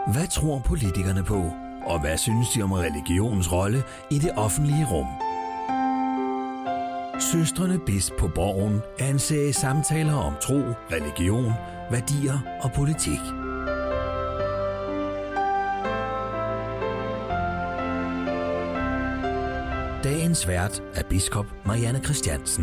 Hvad tror politikerne på? Og hvad synes de om religionens rolle i det offentlige rum? Søstrene Bis på Borgen er en serie samtaler om tro, religion, værdier og politik. Dagens vært er biskop Marianne Christiansen.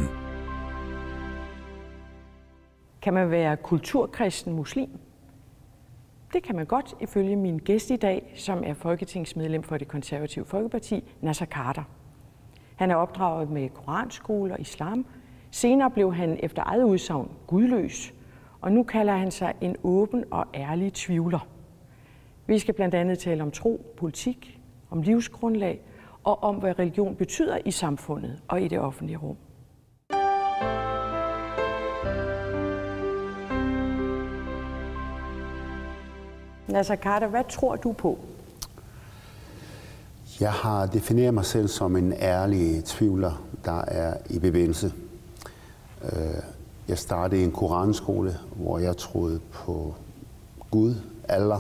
Kan man være kulturkristen muslim? Det kan man godt, ifølge min gæst i dag, som er folketingsmedlem for Det Konservative Folkeparti, Naser Khader. Han er opdraget med koranskole og islam. Senere blev han efter eget udsagn gudløs, og nu kalder han sig en åben og ærlig tvivler. Vi skal blandt andet tale om tro, politik, om livsgrundlag og om, hvad religion betyder i samfundet og i det offentlige rum. Naser Khader, hvad tror du på? Jeg har defineret mig selv som en ærlig tvivler, der er i bevægelse. Jeg startede i en koranskole, hvor jeg troede på Gud, Allah,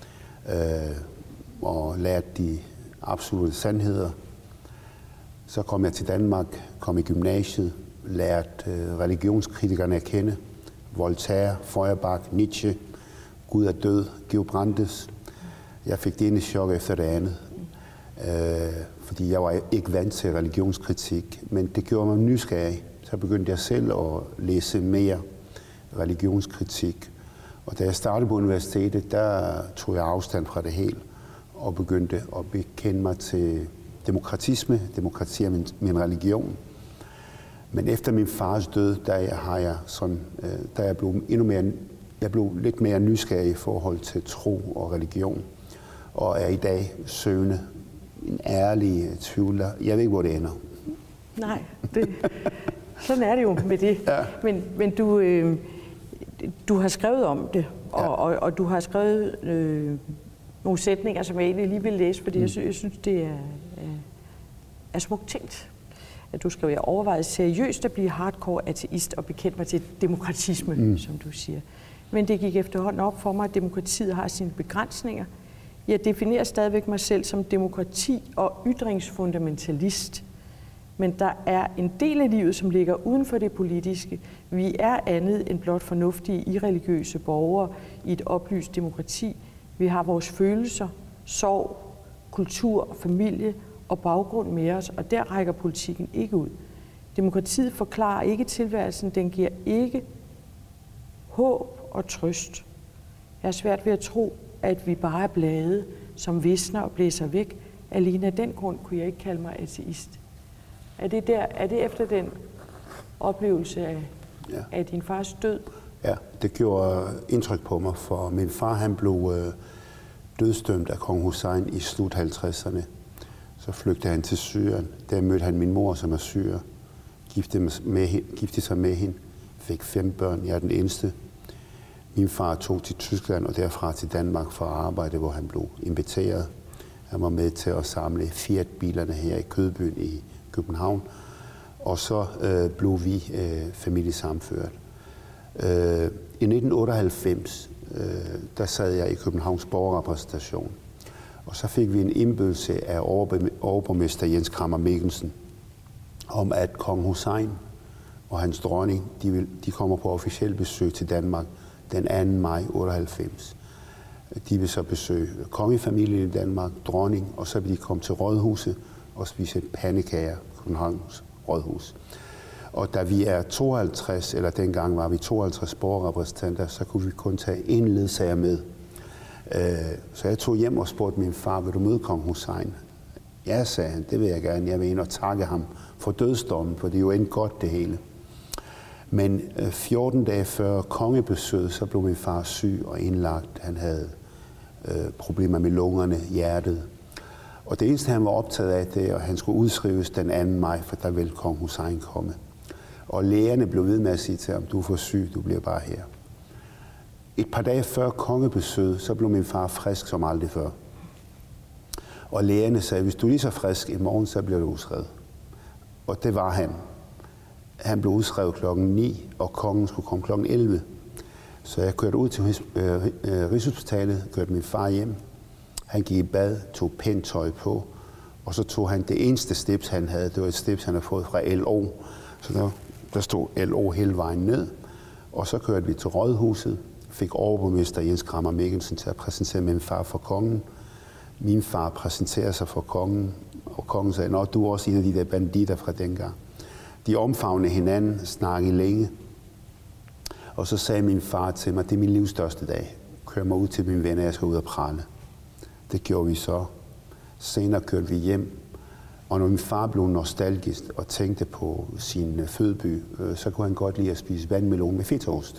og lærte de absolutte sandheder. Så kom jeg til Danmark, kom i gymnasiet, lærte religionskritikerne at kende. Voltaire, Feuerbach, Nietzsche, Gud er død, Georg Brandes. Jeg fik det ene chok efter det andet, fordi jeg var ikke vant til religionskritik, men det gjorde mig nysgerrig. Så begyndte jeg selv at læse mere religionskritik. Og da jeg startede på universitetet, der tog jeg afstand fra det hele og begyndte at bekende mig til demokratisme. Demokrati er min religion. Men efter min fars død, jeg blev lidt mere nysgerrig i forhold til tro og religion, og er i dag søgende, en ærlig tvivler. Jeg ved ikke, hvor det ender. Nej, sådan er det jo med det. Ja. Men du har skrevet om det, og du har skrevet nogle sætninger, som jeg egentlig lige vil læse, fordi jeg synes, det er smukt tænkt. At du skrev, jeg overvejede seriøst at blive hardcore ateist og bekendte mig til demokratisme, som du siger. Men det gik efterhånden op for mig, at demokratiet har sine begrænsninger. Jeg definerer stadigvæk mig selv som demokrati- og ytringsfundamentalist. Men der er en del af livet, som ligger uden for det politiske. Vi er andet end blot fornuftige, irreligiøse borgere i et oplyst demokrati. Vi har vores følelser, sorg, kultur, familie og baggrund med os, og der rækker politikken ikke ud. Demokratiet forklarer ikke tilværelsen, den giver ikke håb og trøst. Jeg er svært ved at tro, at vi bare er blade, som visner og blæser væk. Alene af den grund kunne jeg ikke kalde mig ateist. Er det efter den oplevelse af din fars død? Ja, det gjorde indtryk på mig, for min far han blev dødsdømt af kong Hussein i slut 50'erne. Så flygtede han til Syrien. Der mødte han min mor, som er syrer. Giftede sig med hende. Fik 5 børn. Jeg er den eneste. Min far tog til Tyskland og derfra til Danmark for at arbejde, hvor han blev inviteret. Han var med til at samle Fiat-bilerne her i Kødbyen i København. Og så blev vi familiesammenført. I 1998, der sad jeg i Københavns borgerrepræsentation. Og så fik vi en indbydelse af overborgmester Jens Krammer Mikkelsen om, at kong Hussein og hans dronning, de kommer på officielt besøg til Danmark den 2. maj 98. De vil så besøge kongefamilien i Danmark, dronning, og så vil de komme til Rådhuset og spise pandekager på Københavns Rådhus. Og da vi er 52, eller dengang var vi 52 borgerrepræsentanter, så kunne vi kun tage en ledsager med. Så jeg tog hjem og spurgte min far, vil du møde kong Hussein? Ja, sagde han, det vil jeg gerne. Jeg vil ind og takke ham for dødsdommen, for det er jo endt godt det hele. Men 14 dage før kongebesøget, så blev min far syg og indlagt. Han havde problemer med lungerne, hjertet. Og det eneste, han var optaget af, det er, at han skulle udskrives den 2. maj, for der ville kong Hussein komme. Og lægerne blev ved med at sige til ham, du er for syg, du bliver bare her. Et par dage før kongebesøget, så blev min far frisk som aldrig før. Og lægerne sagde, hvis du er lige så frisk i morgen, så bliver du udskrevet. Og det var han. Han blev udskrevet klokken 9, og kongen skulle komme klokken 11. Så jeg kørte ud til Rigshospitalet, kørte min far hjem, Han gik i bad, tog pænt tøj på, og så tog han det eneste slips, han havde. Det var et slips, han havde fået fra LO. Så der stod LO hele vejen ned. Og så kørte vi til Rådhuset, fik overborgmester Jens Krammer Mikkelsen til at præsentere min far for kongen. Min far præsenterer sig for kongen, og kongen sagde, nå, du er også en af de der banditter fra dengang. De omfavnede hinanden, snakkede længe. Og så sagde min far til mig, det er min livs største dag. Kør mig ud til mine venner, jeg skal ud og prale. Det gjorde vi så. Senere kørte vi hjem. Og når min far blev nostalgisk og tænkte på sin fødeby, så kunne han godt lide at spise vandmelon med fedtost.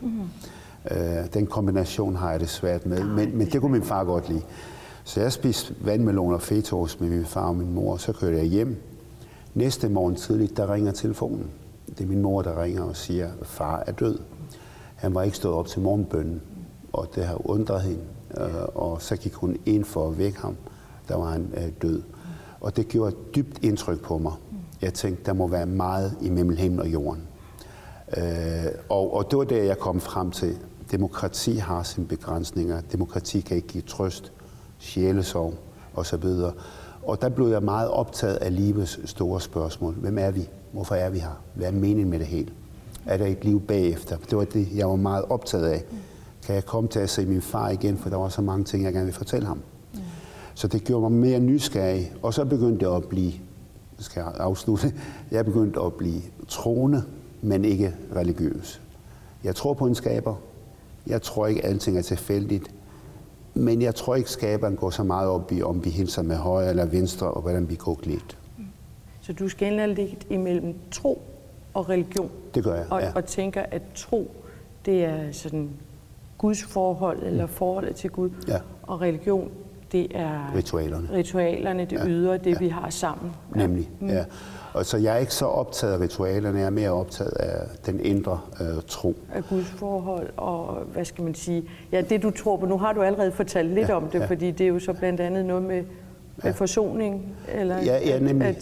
Den kombination har jeg det svært med, men det kunne min far godt lide. Så jeg spiste vandmelon og fedtost med min far og min mor, og så kørte jeg hjem. Næste morgen tidligt, der ringer telefonen. Det er min mor, der ringer og siger, at far er død. Han var ikke stået op til morgenbønnen, og det har undret hende. Og så gik hun ind for at vække ham. Der var han død. Og det gjorde et dybt indtryk på mig. Jeg tænkte, der må være meget imellem himmel og jorden. Og det var der, jeg kom frem til. Demokrati har sine begrænsninger. Demokrati kan ikke give trøst, sjælesorg osv. Og der blev jeg meget optaget af livets store spørgsmål. Hvem er vi? Hvorfor er vi her? Hvad er meningen med det hele? Er der et liv bagefter? Det var det, jeg var meget optaget af. Kan jeg komme til at se min far igen? For der var så mange ting, jeg gerne ville fortælle ham. Så det gjorde mig mere nysgerrig. Og så begyndte jeg at blive, skal jeg afslutte, jeg begyndte at blive troende, men ikke religiøs. Jeg tror på en skaber. Jeg tror ikke, at alting er tilfældigt. Men jeg tror ikke, skaberen går så meget op i, om vi hilser med højre eller venstre, og hvordan vi går klædt. Så du skelner lidt imellem tro og religion? Det gør jeg, ja. Og tænker, at tro, det er sådan Guds forhold, eller forholdet til Gud. Ja. Og religion, det er ritualerne, det ydre, det vi har sammen. Ja. Nemlig, ja. Og så jeg er ikke så optaget af ritualerne, jeg er mere optaget af den indre tro. Af Guds forhold, og hvad skal man sige, ja, det du tror på, nu har du allerede fortalt lidt om det, fordi det er jo så blandt andet noget med forsoning, eller ja, nemlig,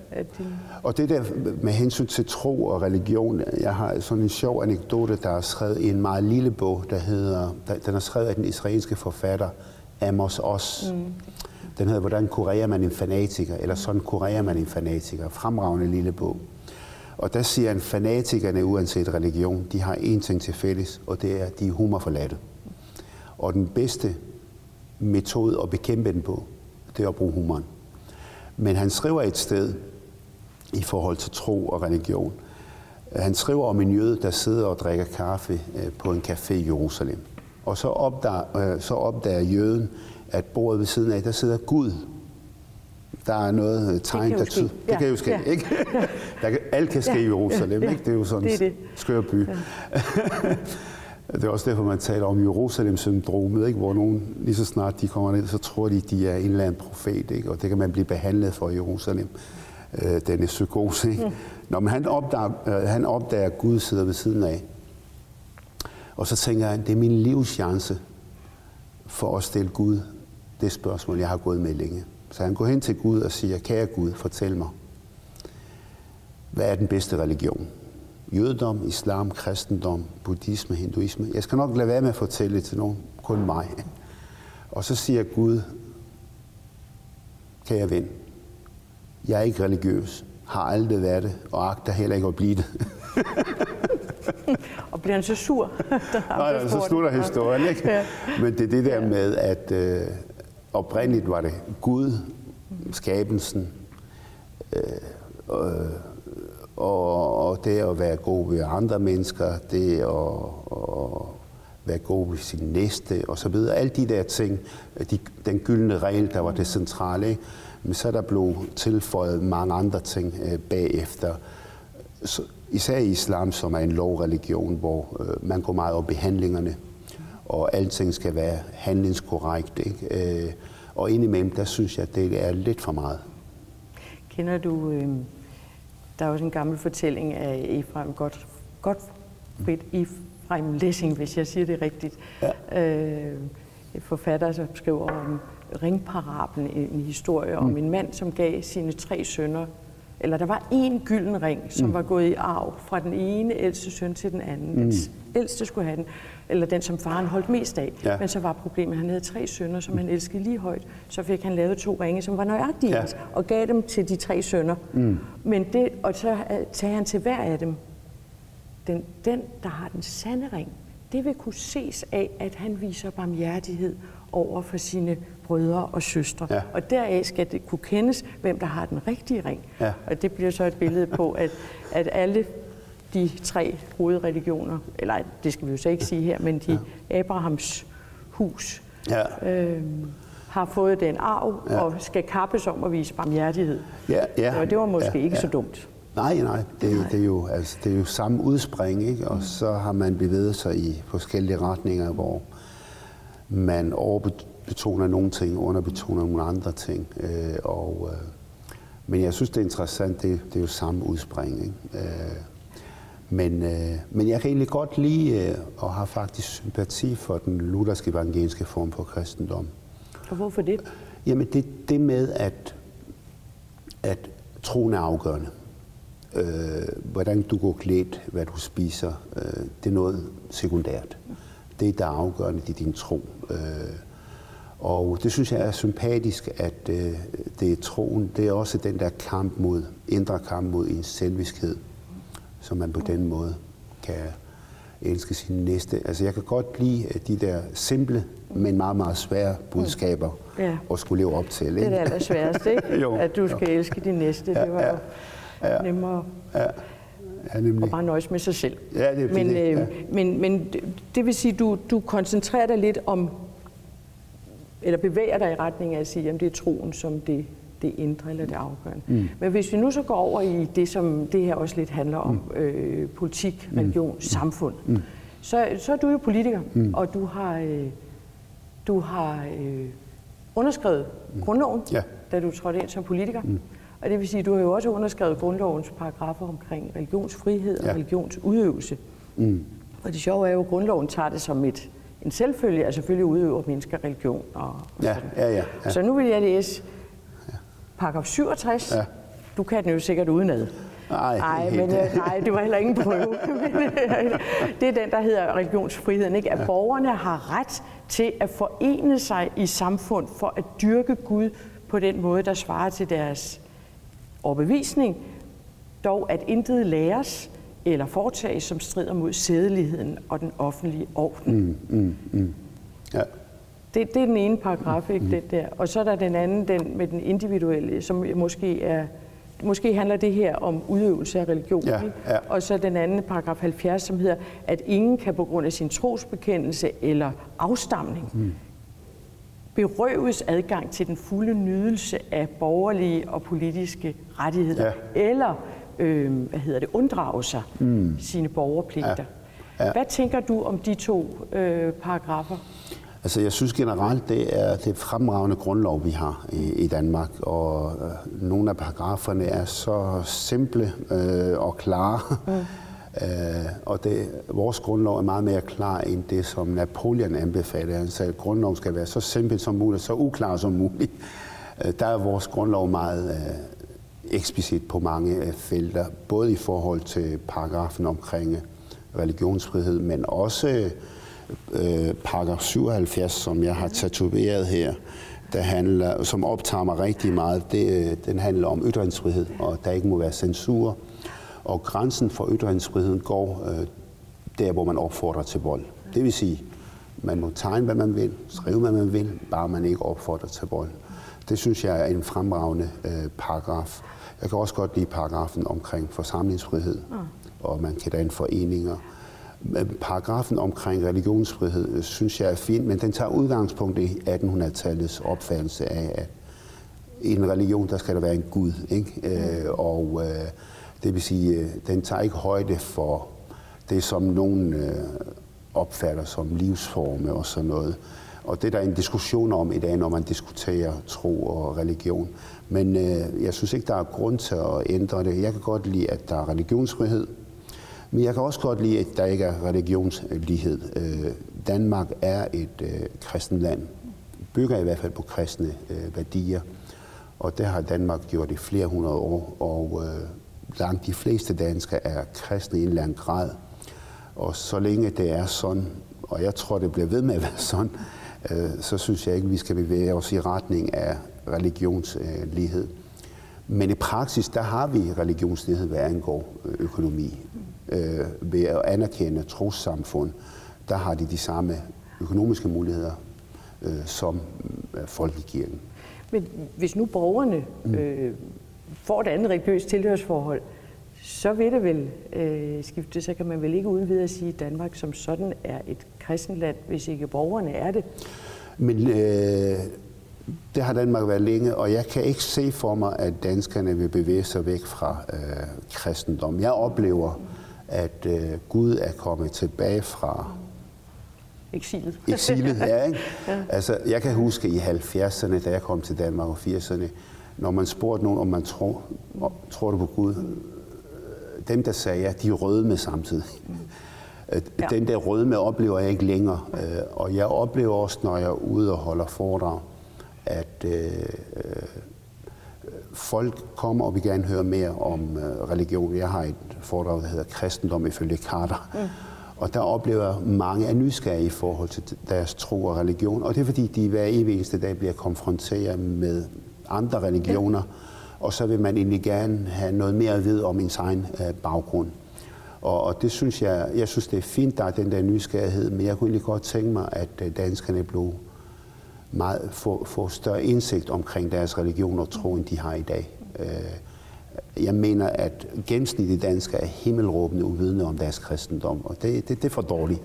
Og det der med hensyn til tro og religion, jeg har sådan en sjov anekdote, der er skrevet i en meget lille bog, den er skrevet af den israelske forfatter Amos Oz. Den hedder, hvordan kurerer man en fanatiker, eller sådan kurerer man en fanatiker. Fremragende lille bog. Og der siger han, fanatikerne uanset religion, de har én ting til fælles, og det er, de er humorforladte. Og den bedste metode at bekæmpe den på, det er at bruge humoren. Men han skriver et sted i forhold til tro og religion. Han skriver om en jøde, der sidder og drikker kaffe på en café i Jerusalem. Og så opdager jøden, at bordet ved siden af, der sidder Gud. Der er noget tegn, der tyder. Det kan jo ske, ikke? Alt kan ske i Jerusalem, ikke? Det er jo sådan en skør by. Ja. Det er også derfor, man taler om Jerusalem-syndromet, ikke? Hvor nogen, lige så snart de kommer ned, så tror de er en eller anden profet, ikke? Og det kan man blive behandlet for i Jerusalem. Den er psykose, ikke? Nå, men han opdager, at Gud sidder ved siden af. Og så tænker han, det er min livschance for at stille Gud det spørgsmål, jeg har gået med længe. Så han går hen til Gud og siger, kære Gud, fortæl mig, hvad er den bedste religion? Jødedom, islam, kristendom, buddhisme, hinduisme. Jeg skal nok lade være med at fortælle det til nogen, kun mig. Og så siger Gud, kære ven, jeg er ikke religiøs, har aldrig været det, og agter heller ikke at blive det. Og bliver han så sur? Nej, så slutter historien, ikke? Ja. Men det er det der med, at oprindeligt var det Gud, skabelsen, og det at være god ved andre mennesker, det at være god ved sin næste, og så videre. Alle de der ting, den gyldne regel, der var det centrale, ikke? Men så er der blevet tilføjet mange andre ting bagefter. Især i islam, som er en lovreligion, hvor man går meget op i handlingerne, og alting skal være handlingskorrekt, ikke? Og indimellem, der synes jeg, at det er lidt for meget. Kender du, der er også en gammel fortælling af Ephraim Gottfried Ephraim Lessing, hvis jeg siger det rigtigt. Ja. Forfatter, som skriver om ringparablen, en historie om en mand, som gav sine 3 sønner eller der var én gylden ring, som var gået i arv fra den ene ældste søn til den anden. Den ældste skulle have den, eller den, som faren holdt mest af. Ja. Men så var problemet, at han havde 3 sønner, som han elskede lige højt. Så fik han lavet 2 ringe, som var nøjagtige, og gav dem til de 3 sønner. Men det, og så tager han til hver af dem. Den, der har den sande ring, det vil kunne ses af, at han viser barmhjertighed over for sine brødre og søstre. Ja. Og deraf skal det kunne kendes, hvem der har den rigtige ring. Ja. Og det bliver så et billede på, at alle de 3 hovedreligioner, eller det skal vi jo så ikke sige her, men de Abrahams hus, har fået den arv og skal kappes om at vise barmhjertighed. Og det var måske ikke så dumt. Nej, det er jo samme udspring, ikke? Og så har man bevæget sig i forskellige retninger, hvor man overbetoner nogle ting, underbetoner nogle andre ting. Men jeg synes, det er interessant, det er jo samme udspring, ikke? Men jeg kan egentlig godt lide og har faktisk sympati for den lutherske evangeliske form for kristendom. Og hvorfor det? Jamen det med, at troen er afgørende. Hvordan du går klædt, hvad du spiser, det er noget sekundært. Det, der er afgørende, det er din tro. Og det synes jeg er sympatisk, at det er troen. Det er også den der indre kamp mod ens selviskhed, som man på den måde kan elske sin næste. Altså jeg kan godt lide de der simple, men meget, meget svære budskaber at skulle leve op til. Ikke? Det er det allersværeste, ikke? Jo, at du skal elske din næste. Det var nemmere at bare nøjes med sig selv. Ja, det men det vil sige, du koncentrerer dig lidt om, eller bevæger dig i retning af at sige, at det er troen som det indre eller det afgørende. Men hvis vi nu så går over i det, som det her også lidt handler om, politik, religion, samfund, så er du jo politiker, og du har underskrevet grundloven, da du trådte ind som politiker. Og det vil sige, at du har jo også underskrevet grundlovens paragrafer omkring religionsfrihed og religionsudøvelse. Og det sjove er jo, at grundloven tager det som en selvfølge, at selvfølgelig udøver mennesker religion. Og sådan. Så nu vil jeg læse paragraf 67. Du kan den jo sikkert udenad. Nej, det var heller ingen prøve. Det er den, der hedder religionsfriheden, ikke? At borgerne har ret til at forene sig i samfund for at dyrke Gud på den måde, der svarer til deres overbevisning, dog at intet læres eller foretages, som strider mod sædeligheden og den offentlige orden. Det er den ene paragraf, ikke, den der. Og så er der den anden, den med den individuelle, som måske handler det her om udøvelse af religion. Og så den anden paragraf 70, som hedder, at ingen kan på grund af sin trosbekendelse eller afstamning berøves adgang til den fulde nydelse af borgerlige og politiske rettigheder, eller unddrage sig sine borgerpligter. Hvad tænker du om de 2 paragrafer? Altså, jeg synes generelt, det er det fremragende grundlov, vi har i Danmark, og nogle af paragraferne er så simple og klare. Og vores grundlov er meget mere klar end det, som Napoleon anbefalede. Han sagde, at grundloven skal være så simpel som muligt, så uklar som muligt. Der er vores grundlov meget eksplicit på mange felter, både i forhold til paragrafen omkring religionsfrihed, men også paragraf 77, som jeg har tatoveret her, som optager mig rigtig meget. Den handler om ytringsfrihed, og der ikke må være censur. Og grænsen for ytringsfriheden går der, hvor man opfordrer til vold. Det vil sige, man må tegne, hvad man vil, skrive, hvad man vil, bare man ikke opfordrer til vold. Det synes jeg er en fremragende paragraf. Jeg kan også godt lide paragrafen omkring forsamlingsfrihed, og man kan danne foreninger. Paragrafen omkring religionsfrihed synes jeg er fin, men den tager udgangspunkt i 1800-tallets opfattelse af, at i en religion, der skal der være en Gud, ikke? Det vil sige, den tager ikke højde for det, som nogen opfatter som livsforme og sådan noget. Og det er der en diskussion om i dag, når man diskuterer tro og religion. Men jeg synes ikke, der er grund til at ændre det. Jeg kan godt lide, at der er religionsfrihed, men jeg kan også godt lide, at der ikke er religionslighed. Danmark er et kristent land, bygger i hvert fald på kristne værdier. Og det har Danmark gjort i flere hundrede år, og langt de fleste danskere er kristne i en eller anden grad. Og så længe det er sådan, og jeg tror, det bliver ved med at være sådan, så synes jeg ikke, vi skal bevæge os i retning af religionslighed. Men i praksis, der har vi religionslighed, hvad angår økonomi. Ved at anerkende trossamfund, der har de samme økonomiske muligheder som folkekirken. Men hvis nu borgerne får et andet religiøst tilhørsforhold, så vil det vel skifte, så kan man vel ikke uden videre sige, at Danmark som sådan er et kristent land, hvis ikke borgerne er det. Men det har Danmark været længe, og jeg kan ikke se for mig, at danskerne vil bevæge sig væk fra kristendom. Jeg oplever, at Gud er kommet tilbage fra eksilet. Ja, ikke? Ja. Altså, jeg kan huske i 70'erne, da jeg kom til Danmark og 80'erne, når man spurgte nogen, om man tror du på Gud, dem der sagde ja, de rødme samtidig. Ja. Den der rødme oplever jeg ikke længere, og jeg oplever også, når jeg er ude og holder foredrag, at folk kommer og vil gerne høre mere om religion. Jeg har et foredrag, der hedder Kristendom ifølge Carter. Og der oplever mange af nysgerrige i forhold til deres tro og religion. Og det er fordi, de hver evig eneste dag bliver konfronteret med andre religioner. Og så vil man egentlig gerne have noget mere at vide om ens egen baggrund. Og det synes jeg synes det er fint, der er den der nysgerrighed. Men jeg kunne egentlig godt tænke mig, at danskerne får større indsigt omkring deres religion og tro, end de har i dag. Jeg mener, at gennemsnitlige danskere er himmelråbende uvidende om deres kristendom, og det er for dårligt.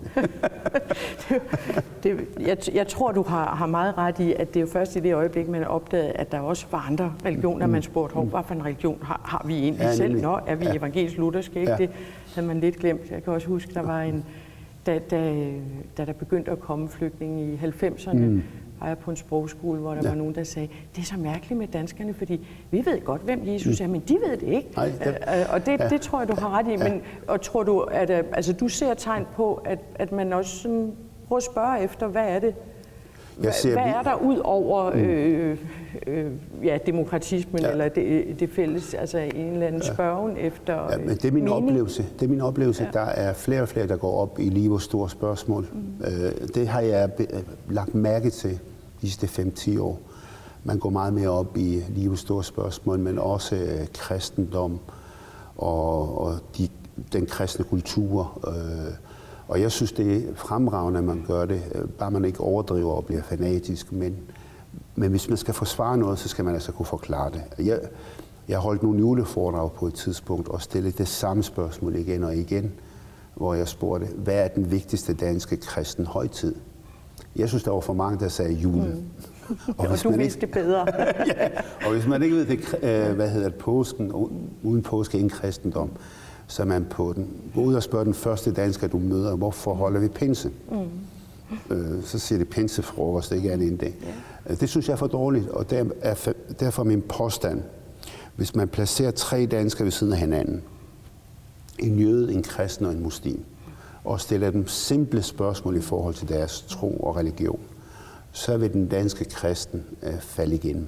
Jeg tror, du har meget ret i, at det er jo først i det øjeblik, man opdagede, at der også var andre religioner, man spurgte, hvad for en religion har vi egentlig selv? Nå, er vi evangelisk-lutherske? Ikke? Det havde man lidt glemt. Jeg kan også huske, der var da der begyndte at komme flygtninge i 90'erne, var jeg på en sprogskole, hvor der var nogen, der sagde, det er så mærkeligt med danskerne, fordi vi ved godt, hvem Jesus er, men de ved det ikke. Nej, og det tror jeg, du har ret i. Men, og tror du, at du ser tegn på, at man også sådan prøver at spørge efter, hvad er det? Hvad er der ud over demokratismen eller det fælles, altså en eller anden spørgen efter men det er min oplevelse. Det er min oplevelse. Der er flere og flere, der går op i livets store spørgsmål. Det har jeg lagt mærke til de sidste 5-10 år. Man går meget mere op i livets store spørgsmål, men også kristendom og den kristne kultur. Og jeg synes, det er fremragende, at man gør det, bare man ikke overdriver og bliver fanatisk. Men hvis man skal forsvare noget, så skal man altså kunne forklare det. Jeg holdt nogle juleforedrag på et tidspunkt og stillede det samme spørgsmål igen og igen, hvor jeg spurgte, hvad er den vigtigste danske kristen højtid? Jeg synes, der var for mange, der sagde julen. Og du vidste det bedre. Ja, og hvis man ikke ved det, påsken, uden påske ingen kristendom, så er man på den. Gå ud og spørg den første dansker, du møder, hvorfor holder vi pinse? Så siger det pinsefrokost, ikke andet end det. Det synes jeg er for dårligt, og derfor min påstand. Hvis man placerer 3 danskere ved siden af hinanden, en jøde, en kristen og en muslim, og stiller dem simple spørgsmål i forhold til deres tro og religion, så vil den danske kristen falde igen.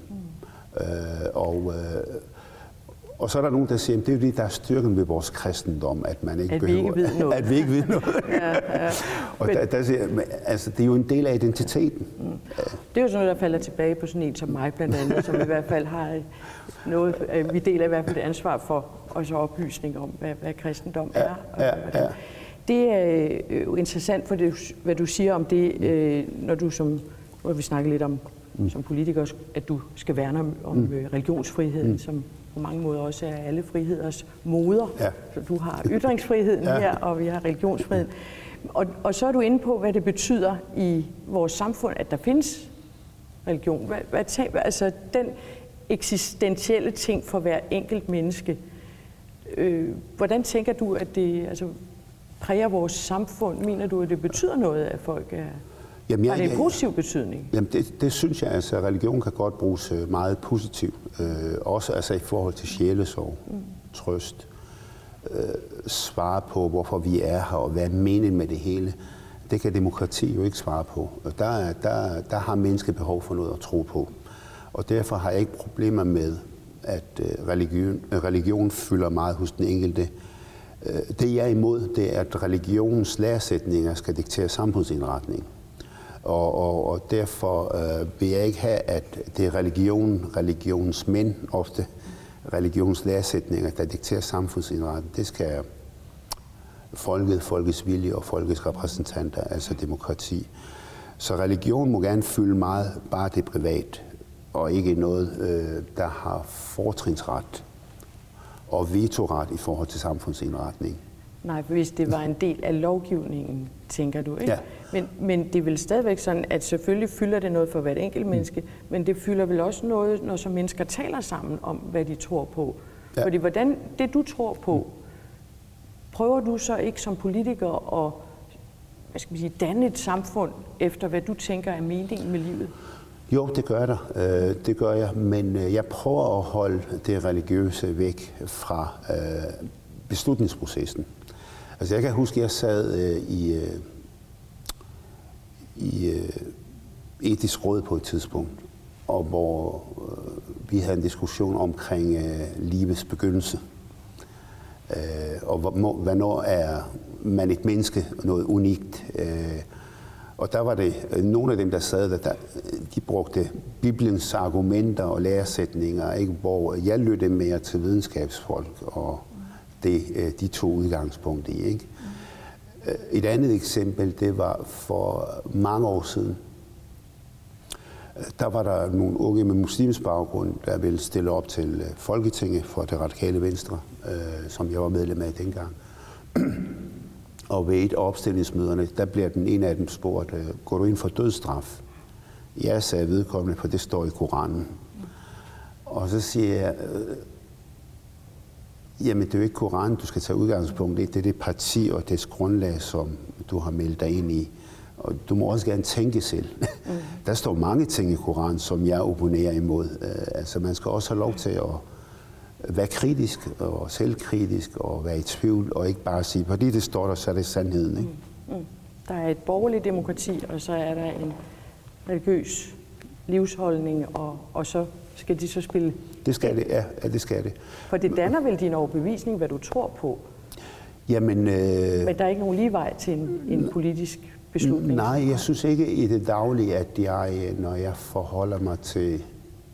Og så er der nogen, der siger, at det er jo det, der er styrken ved vores kristendom, at man ikke behøver, at vi ikke ved noget. Og der siger, altså, det er jo en del af identiteten. Det er jo sådan noget, der falder tilbage på sådan en som mig blandt andet, som i hvert fald har noget, vi deler i hvert fald det ansvar for, også oplysning om, hvad kristendom er. Det er jo interessant, for det, hvad du siger om det, når du hvor vi snakker lidt om som politiker, at du skal værne om religionsfriheden, som på mange måder også er alle friheders moder. Ja. Så du har ytringsfriheden her, og vi har religionsfriheden. Og så er du inde på, hvad det betyder i vores samfund, at der findes religion. Altså den eksistentielle ting for hver enkelt menneske. Hvordan tænker du, at det præger vores samfund? Mener du, at det betyder noget, at folk er... Jamen, har det en positiv betydning? Jamen, det synes jeg, altså religion kan godt bruges meget positivt. Også altså i forhold til sjælesorg, trøst, svare på, hvorfor vi er her, og hvad er meningen med det hele. Det kan demokrati jo ikke svare på. Der har mennesket behov for noget at tro på. Og derfor har jeg ikke problemer med, at religion fylder meget hos den enkelte. Det jeg er imod, det er, at religionens læresætninger skal diktere samfundsindretning. Og derfor vil jeg ikke have, at det er religionens mænd, ofte religionens læresætninger, der dikterer samfundsindretning. Det skal folkets vilje og folkets repræsentanter, altså demokrati. Så religion må gerne fylde meget, bare det privat, og ikke noget, der har fortrinsret og vetoret i forhold til samfundsindretning. Nej, hvis det var en del af lovgivningen, tænker du, ikke? Ja. Men det er vel stadigvæk sådan, at selvfølgelig fylder det noget for hvert enkelt menneske, men det fylder vel også noget, når så mennesker taler sammen om, hvad de tror på. Ja. Fordi hvordan det, du tror på, prøver du så ikke som politiker at danne et samfund efter, hvad du tænker er meningen med livet? Jo, det gør der. Det gør jeg, men jeg prøver at holde det religiøse væk fra beslutningsprocessen. Altså jeg kan huske, at jeg sad i etisk råd på et tidspunkt, og hvor vi havde en diskussion omkring livets begyndelse. Og hvornår er man et menneske noget unikt. Og der var det nogle af dem, der sad der, de brugte Bibelens argumenter og læresætninger, ikke? Hvor jeg lyttede mere til videnskabsfolk og det, de to udgangspunkter i. Ikke? Et andet eksempel, det var for mange år siden. Der var der nogle unge med muslimsk baggrund, der ville stille op til Folketinget for det radikale Venstre, som jeg var medlem af dengang. Og ved et af opstillingsmøderne, der bliver den ene af dem spurgt, går du ind for dødsstraf? Jeg sagde vedkommende, for det står i Koranen. Og så siger jeg, jamen det er jo ikke Koranen, du skal tage udgangspunkt i. Det er det parti og dets grundlag, som du har meldt dig ind i. Og du må også gerne tænke selv. Der står mange ting i Koranen, som jeg opponerer imod. Altså man skal også have lov til at være kritisk og selvkritisk og være i tvivl, og ikke bare sige, fordi det står der, så er det sandheden. Ikke? Der er et borgerligt demokrati, og så er der en religiøs livsholdning, og så skal de så spille. Det skal det, ja, det skal det. For det danner vel din overbevisning, hvad du tror på? Jamen, men der er ikke nogen lige vej til en politisk beslutning? Nej, jeg synes ikke i det daglige, at jeg, når jeg forholder mig til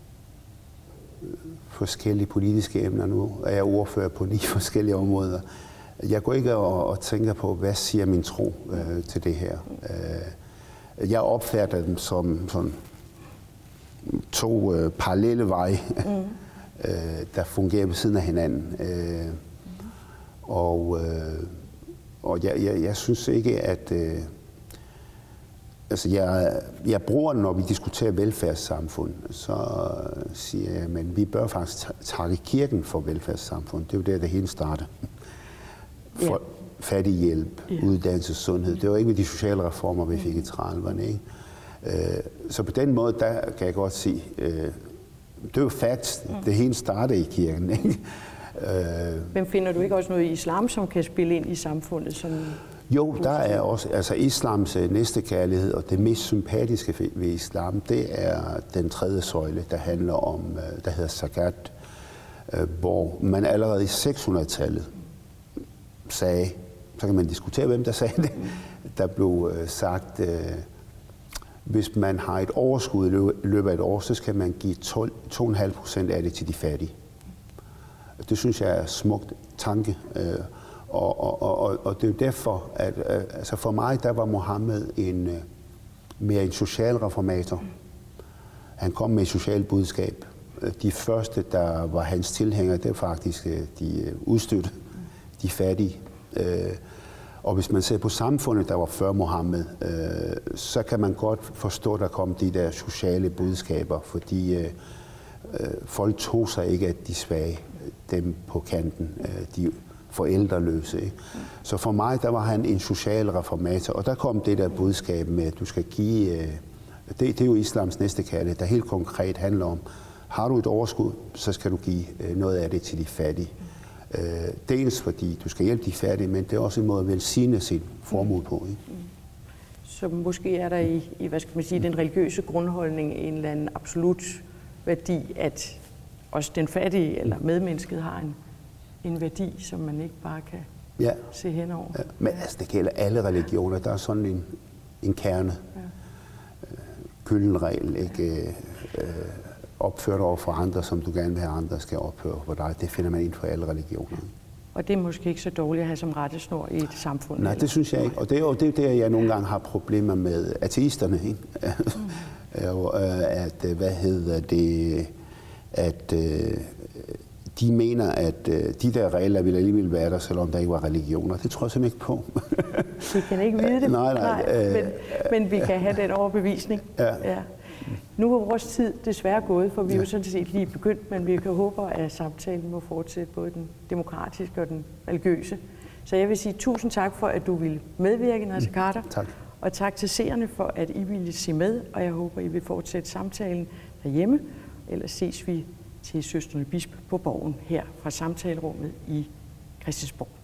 forskellige politiske emner, nu er jeg ordfører på 9 forskellige områder. Jeg går ikke og tænker på, hvad siger min tro til det her. Jeg opfatter dem som sådan 2 parallelle veje, der fungerer ved siden af hinanden. Og jeg synes ikke, at altså jeg bruger det, når vi diskuterer velfærdssamfund, så siger jeg, men vi bør faktisk takke kirken for velfærdssamfund. Det er jo der, det hele starter. For fattighjælp, uddannelse, sundhed. Det var ikke de sociale reformer, vi fik i 30'erne. Ikke? Så på den måde, der kan jeg godt sige, det er jo facts. Det hele starter i kirken. Ikke? Men finder du ikke også noget i islam, som kan spille ind i samfundet? Som jo, der er også, altså islams næstekærlighed, og det mest sympatiske ved islam, det er den 3. søjle, der handler om, der hedder zakat, hvor man allerede i 600-tallet sagde, så kan man diskutere, hvem der sagde det, der blev sagt, hvis man har et overskud i løbet af et år, så skal man give 2,5% af det til de fattige. Det synes jeg er en smukt tanke. Og det er jo derfor, at altså for mig, der var Mohammed mere en socialreformator. Han kom med et socialt budskab. De første, der var hans tilhængere, det var faktisk de udstødte, de fattige. Og hvis man ser på samfundet, der var før Mohammed, så kan man godt forstå, at der kom de der sociale budskaber, fordi folk tog sig ikke af de svage, dem på kanten, de forældreløse. Ikke? Så for mig, der var han en social reformator, og der kom det der budskab med, at du skal give, det er jo islams næstekærlighed, der helt konkret handler om, har du et overskud, så skal du give noget af det til de fattige. Dels fordi du skal hjælpe de fattige, men det er også en måde at velsigne sin formue på. Ikke? Så måske er der i hvad skal man sige, den religiøse grundholdning en eller anden absolut værdi, at også den fattige eller medmennesket har en værdi, som man ikke bare kan se henover. Ja. Men altså, det gælder alle religioner. Der er sådan en kerne. Gyldenregel, ikke? Opfør dig over for andre, som du gerne vil have andre skal opføre for dig. Det finder man inden for alle religioner. Og det er måske ikke så dårligt at have som rettesnor i et samfund? Nej, det synes jeg ikke. Og det er jo det, der jeg nogle gange har problemer med ateisterne. Ikke? At de mener, at de der regler ville alligevel være der, selvom der ikke var religioner. Det tror jeg simpelthen ikke på. Vi kan ikke vide det. Nej. Men vi kan have den overbevisning. Ja. Nu er vores tid desværre gået, for vi er jo sådan set lige begyndt, men vi kan håbe, at samtalen må fortsætte både den demokratiske og den religiøse. Så jeg vil sige tusind tak for, at du ville medvirke, Naser Khader. Tak. Og tak til seerne for, at I ville se med, og jeg håber, I vil fortsætte samtalen derhjemme. Ellers ses vi til Søstrene Bisp på Borgen her fra samtalerummet i Christiansborg.